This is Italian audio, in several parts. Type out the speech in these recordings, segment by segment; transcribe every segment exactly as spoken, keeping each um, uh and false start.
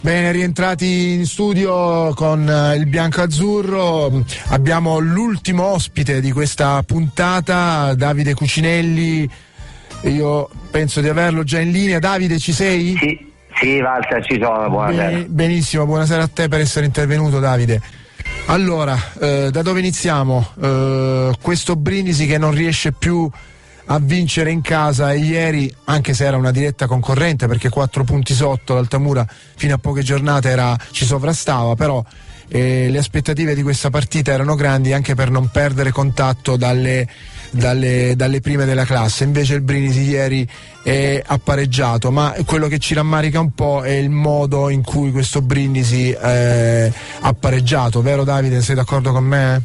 Bene, rientrati in studio con uh, il bianco-azzurro. Abbiamo l'ultimo ospite di questa puntata, Davide Cucinelli. Io penso di averlo già in linea. Davide, ci sei? Sì, sì, Walter, ci sono, buonasera. Be- benissimo, buonasera a te per essere intervenuto, Davide. Allora, eh, da dove iniziamo? Eh, questo Brindisi che non riesce più a vincere in casa, e ieri, anche se era una diretta concorrente perché quattro punti sotto, l'Altamura fino a poche giornate era, ci sovrastava, però eh, le aspettative di questa partita erano grandi anche per non perdere contatto dalle, dalle, dalle prime della classe. Invece il Brindisi ieri è appareggiato, ma quello che ci rammarica un po' è il modo in cui questo Brindisi eh, ha pareggiato, vero Davide? Sei d'accordo con me?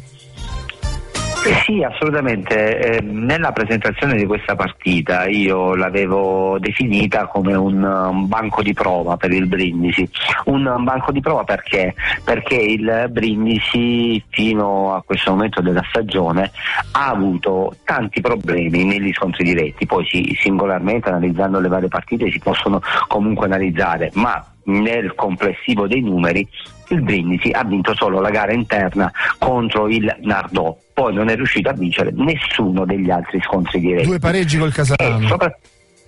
Sì, assolutamente. Eh, nella presentazione di questa partita io l'avevo definita come un, un banco di prova per il Brindisi. Un, un banco di prova perché? Perché il Brindisi fino a questo momento della stagione ha avuto tanti problemi negli scontri diretti. Poi sì, singolarmente, analizzando le varie partite, si possono comunque analizzare, ma nel complessivo dei numeri il Brindisi ha vinto solo la gara interna contro il Nardò, poi non è riuscito a vincere nessuno degli altri scontri diretti. Due pareggi col Casarano. Sopra...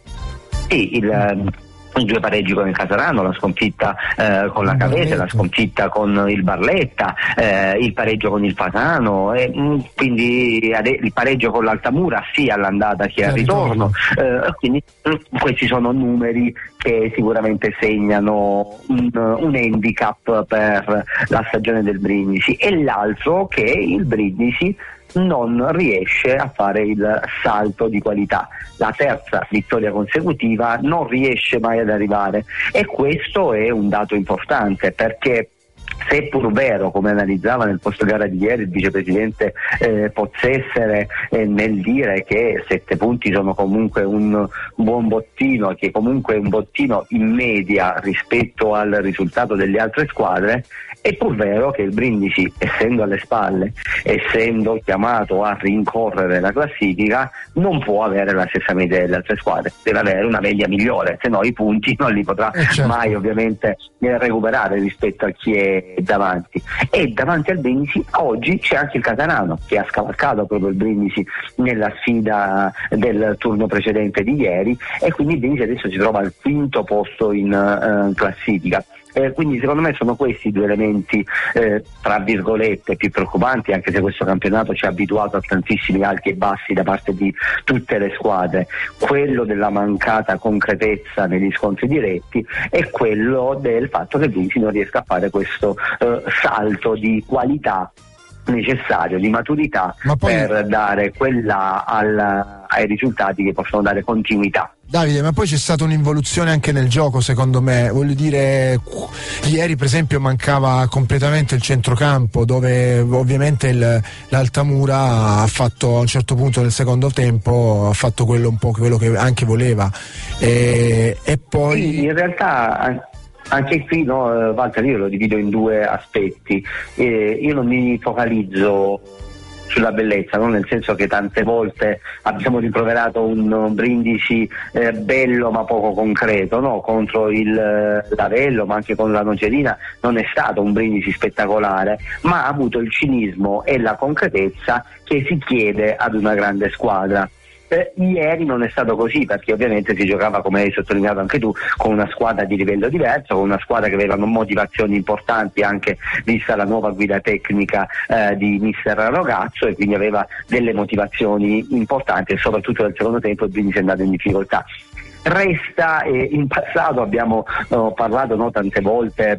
Sì, il, i due pareggi con il Casarano, la sconfitta eh, con la Cavese, la sconfitta con il Barletta, eh, il pareggio con il Fasano, e, mh, quindi ade- il pareggio con l'Altamura sia all'andata che al ritorno. Eh, quindi mh, questi sono numeri che sicuramente segnano un, un handicap per la stagione del Brindisi, e l'altro che il Brindisi non riesce a fare il salto di qualità. La terza vittoria consecutiva non riesce mai ad arrivare, e questo è un dato importante, perché seppur vero, come analizzava nel post gara di ieri il vicepresidente eh, Pozzessere, eh, nel dire che sette punti sono comunque un buon bottino, che comunque è un bottino in media rispetto al risultato delle altre squadre, è pur vero che il Brindisi, essendo alle spalle, essendo chiamato a rincorrere la classifica, non può avere la stessa media delle altre squadre, deve avere una media migliore, se no i punti non li potrà eh certo. mai ovviamente recuperare rispetto a chi è davanti. E davanti al Brindisi oggi c'è anche il Casarano, che ha scavalcato proprio il Brindisi nella sfida del turno precedente di ieri, e quindi il Brindisi adesso si trova al quinto posto in uh, classifica. Eh, quindi secondo me sono questi due elementi eh, tra virgolette più preoccupanti, anche se questo campionato ci ha abituato a tantissimi alti e bassi da parte di tutte le squadre: quello della mancata concretezza negli scontri diretti e quello del fatto che il Brindisi non riesca a fare questo eh, salto di qualità necessario, di maturità, poi, per dare quella al, ai risultati che possono dare continuità. Davide, ma poi c'è stata un'involuzione anche nel gioco, secondo me. Voglio dire, ieri per esempio mancava completamente il centrocampo, dove ovviamente il, l'Altamura ha fatto a un certo punto del secondo tempo ha fatto quello un po' quello che anche voleva, e, e poi sì, in realtà anche qui, no, Walter, io lo divido in due aspetti. Eh, io non mi focalizzo sulla bellezza, no? Nel senso che tante volte abbiamo rimproverato un Brindisi eh, bello ma poco concreto, no? Contro il eh, Lavello, ma anche con la Nocerina non è stato un Brindisi spettacolare, ma ha avuto il cinismo e la concretezza che si chiede ad una grande squadra. Eh, ieri non è stato così, perché ovviamente si giocava, come hai sottolineato anche tu, con una squadra di livello diverso, con una squadra che aveva motivazioni importanti, anche vista la nuova guida tecnica eh, di mister Rogazzo, e quindi aveva delle motivazioni importanti, e soprattutto nel secondo tempo il Brindisi è andato in difficoltà. Resta, eh, in passato abbiamo oh, parlato no, tante volte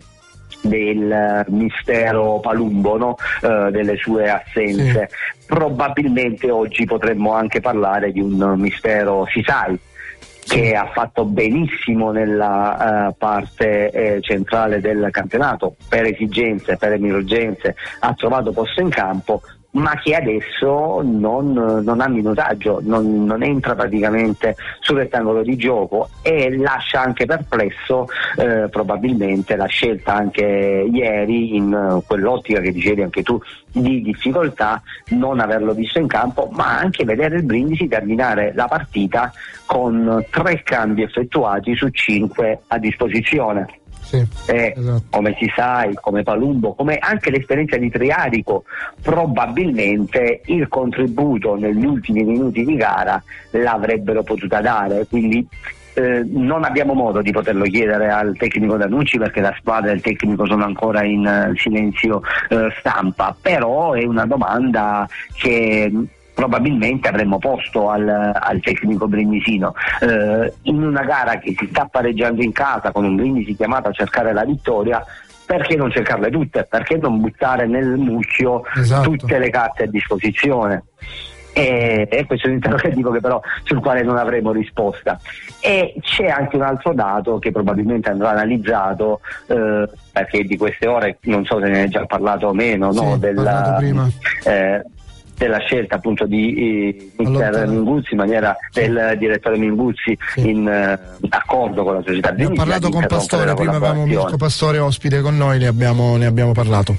del mistero Palumbo, no? uh, delle sue assenze. Sì. Probabilmente oggi potremmo anche parlare di un mistero Sisai, che ha fatto benissimo nella uh, parte eh, centrale del campionato, per esigenze, per emergenze ha trovato posto in campo, ma che adesso non, non ha minutaggio, non, non entra praticamente sul rettangolo di gioco, e lascia anche perplesso eh, probabilmente la scelta anche ieri, in uh, quell'ottica che dicevi anche tu di difficoltà, non averlo visto in campo, ma anche vedere il Brindisi terminare la partita con tre cambi effettuati su cinque a disposizione. sì, eh, esatto. come Sisai, come Palumbo, come anche l'esperienza di Triarico, probabilmente il contributo negli ultimi minuti di gara l'avrebbero potuta dare, quindi Eh, non abbiamo modo di poterlo chiedere al tecnico Danucci, perché la squadra e il tecnico sono ancora in uh, silenzio uh, stampa, però è una domanda che probabilmente avremmo posto al, al tecnico brindisino. Eh, in una gara che si sta pareggiando in casa, con un Brindisi chiamato a cercare la vittoria, perché non cercarle tutte? Perché non buttare nel mucchio esatto. tutte le carte a disposizione? E, e questo è un interrogativo che però sul quale non avremo risposta. E c'è anche un altro dato che probabilmente andrà analizzato, eh, perché di queste ore non so se ne è già parlato o meno, sì, no, della, prima. Eh, della scelta appunto di eh, mister Minguzzi, in maniera sì. del direttore Minguzzi sì. in eh, accordo con la società. Ne ho parlato con Pastore, prima avevamo Mirko Pastore ospite con noi, ne abbiamo, ne abbiamo parlato.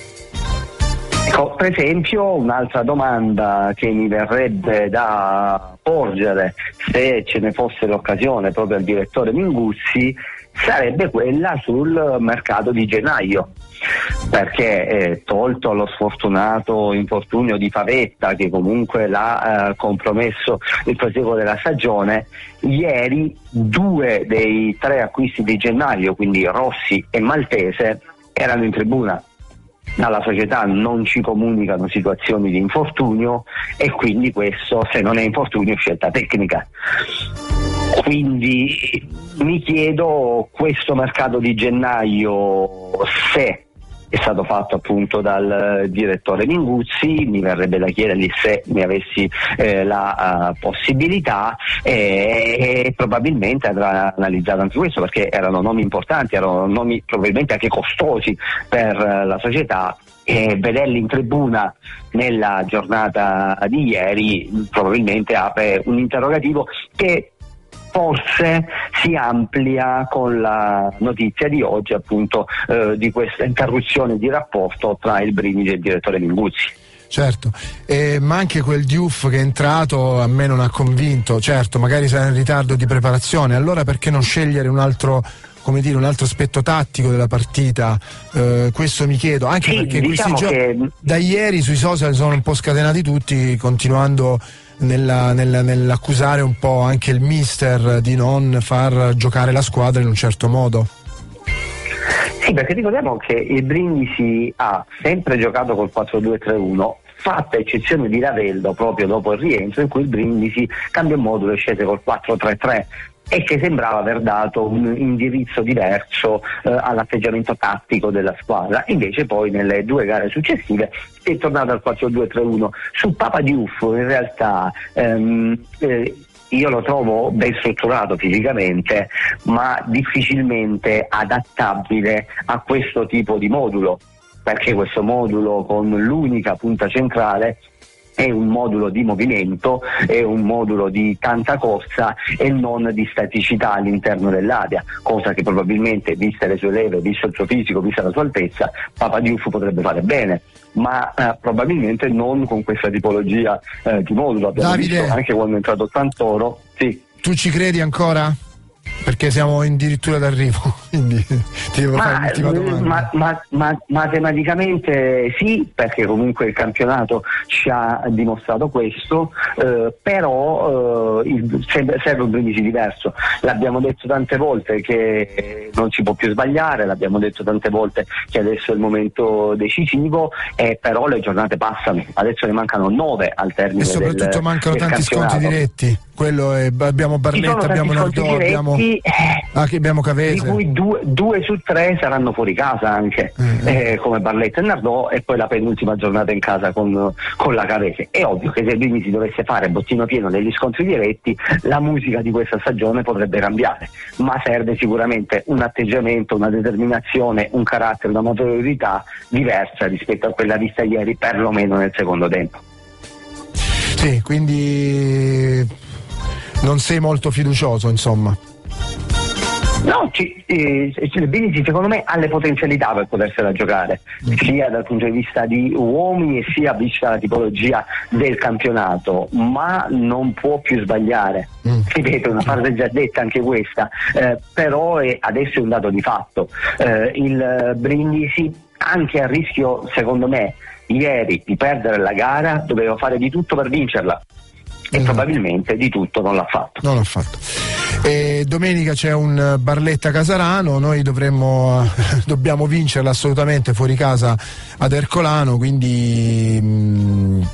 Ecco, per esempio, un'altra domanda che mi verrebbe da porgere, se ce ne fosse l'occasione proprio al direttore Minguzzi, sarebbe quella sul mercato di gennaio, perché eh, tolto lo sfortunato infortunio di Pavetta, che comunque l'ha eh, compromesso il proseguo della stagione, ieri due dei tre acquisti di gennaio, quindi Rossi e Maltese, erano in tribuna. Dalla società non ci comunicano situazioni di infortunio e quindi questo, se non è infortunio, è scelta tecnica. Quindi mi chiedo, questo mercato di gennaio, se è stato fatto appunto dal direttore Minguzzi, mi verrebbe da chiedergli se ne avessi eh, la uh, possibilità, e, e probabilmente andrà analizzato anche questo, perché erano nomi importanti, erano nomi probabilmente anche costosi per uh, la società, e vederli in tribuna nella giornata di ieri probabilmente apre un interrogativo che forse si amplia con la notizia di oggi, appunto, eh, di questa interruzione di rapporto tra il Brindisi e il direttore Minguzzi. Certo, eh, ma anche quel Diouf che è entrato a me non ha convinto. Certo, magari sarà in ritardo di preparazione, allora perché non scegliere un altro, come dire, un altro aspetto tattico della partita? Eh, questo mi chiedo, anche sì, perché diciamo questi che... giochi da ieri sui social sono un po' scatenati tutti, continuando nella, nella, nell'accusare un po' anche il mister di non far giocare la squadra in un certo modo. Sì, perché ricordiamo che il Brindisi ha sempre giocato col quattro due tre uno, fatta eccezione di Ravello proprio dopo il rientro, in cui il Brindisi cambiò modulo e scese col quattro tre tre, e che sembrava aver dato un indirizzo diverso eh, all'atteggiamento tattico della squadra. Invece poi nelle due gare successive è tornato al quattro due tre uno. Su Papa Diouf in realtà ehm, eh, io lo trovo ben strutturato fisicamente, ma difficilmente adattabile a questo tipo di modulo, perché questo modulo con l'unica punta centrale è un modulo di movimento, è un modulo di tanta corsa e non di staticità all'interno dell'area, cosa che probabilmente, viste le sue leve, visto il suo fisico, vista la sua altezza, Papa Diouf potrebbe fare bene, ma eh, probabilmente non con questa tipologia eh, di modulo. Abbiamo Davide, visto anche quando è entrato Santoro. Sì. Tu ci credi ancora? Perché siamo addirittura d'arrivo, quindi ti devo ma, fare l'ultima domanda. Ma, ma, ma, matematicamente sì, perché comunque il campionato ci ha dimostrato questo, eh, però eh, il, serve, serve un Brindisi diverso. L'abbiamo detto tante volte che non si può più sbagliare, l'abbiamo detto tante volte che adesso è il momento decisivo, eh, però le giornate passano, adesso ne mancano nove al termine del campionato. E soprattutto del, mancano del tanti sconti diretti. Quello è, abbiamo Barletta, abbiamo Nardò, abbiamo, ah, che abbiamo Cavese, di cui due, due su tre saranno fuori casa anche, mm-hmm. eh, come Barletta e Nardò, e poi la penultima giornata in casa con, con la Cavese. È ovvio che se il Brindisi dovesse fare bottino pieno degli scontri diretti, la musica di questa stagione potrebbe cambiare, ma serve sicuramente un atteggiamento, una determinazione, un carattere, una maturità diversa rispetto a quella vista ieri, perlomeno nel secondo tempo. Sì, quindi non sei molto fiducioso, insomma. No, ci, eh, il Brindisi secondo me ha le potenzialità per potersela giocare, sia dal punto di vista di uomini e sia vista la tipologia del campionato, ma non può più sbagliare. Mm. Ripeto, una frase già detta anche questa, eh, però è, adesso è un dato di fatto. Eh, il Brindisi, anche a rischio, secondo me, ieri di perdere la gara, doveva fare di tutto per vincerla. E probabilmente di tutto non l'ha fatto. Non l'ha fatto. E domenica c'è un Barletta Casarano, noi dovremmo dobbiamo vincerla assolutamente fuori casa ad Ercolano, quindi mh,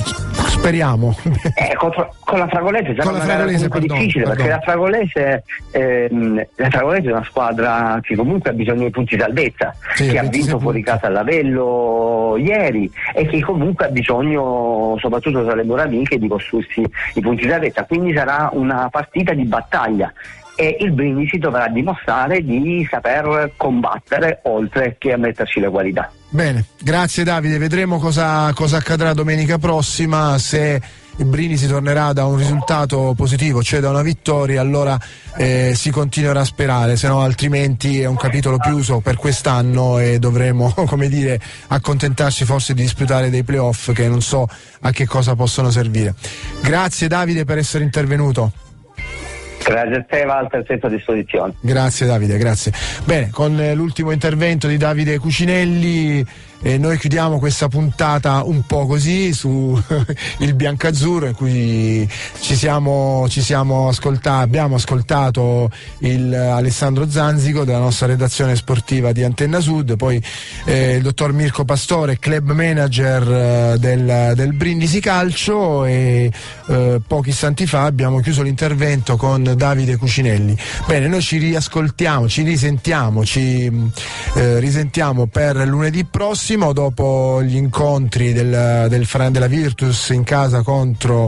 speriamo. Eh, con, con la Fragolese sarà una gara comunque pardon, difficile, pardon. perché la Fragolese, ehm, la Fragolese è una squadra che comunque ha bisogno di punti salvezza, sì, che ha vinto fuori casa all'Avello ieri e che comunque ha bisogno, soprattutto tra le loro amiche, di costruirsi i punti salvezza, quindi sarà una partita di battaglia e il Brindisi dovrà dimostrare di saper combattere oltre che a metterci le qualità. Bene, grazie Davide, vedremo cosa, cosa accadrà domenica prossima. Se il Brindisi tornerà da un risultato positivo, cioè da una vittoria, allora eh, si continuerà a sperare, se no altrimenti è un capitolo chiuso per quest'anno e dovremo, come dire, accontentarci forse di disputare dei playoff che non so a che cosa possono servire. Grazie Davide per essere intervenuto. Grazie a te Walter, sempre a disposizione. Grazie Davide, grazie. Bene, con eh, l'ultimo intervento di Davide Cucinelli eh, noi chiudiamo questa puntata un po' così su il biancazzurro, in cui ci siamo, ci siamo ascoltati, abbiamo ascoltato il Alessandro Zanzico della nostra redazione sportiva di Antenna Sud, poi eh, il dottor Mirko Pastore, club manager eh, del, del Brindisi Calcio, e eh, pochi istanti fa abbiamo chiuso l'intervento con Davide Cucinelli. Bene, noi ci riascoltiamo, ci risentiamo, ci eh, risentiamo per lunedì prossimo, dopo gli incontri del, del, della Virtus in casa contro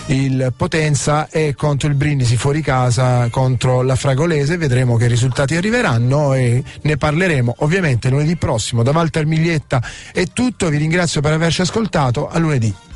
il Potenza e contro il Brindisi fuori casa contro la Fragolese. Vedremo che risultati arriveranno e ne parleremo ovviamente lunedì prossimo. Da Walter Miglietta è tutto, vi ringrazio per averci ascoltato, a lunedì.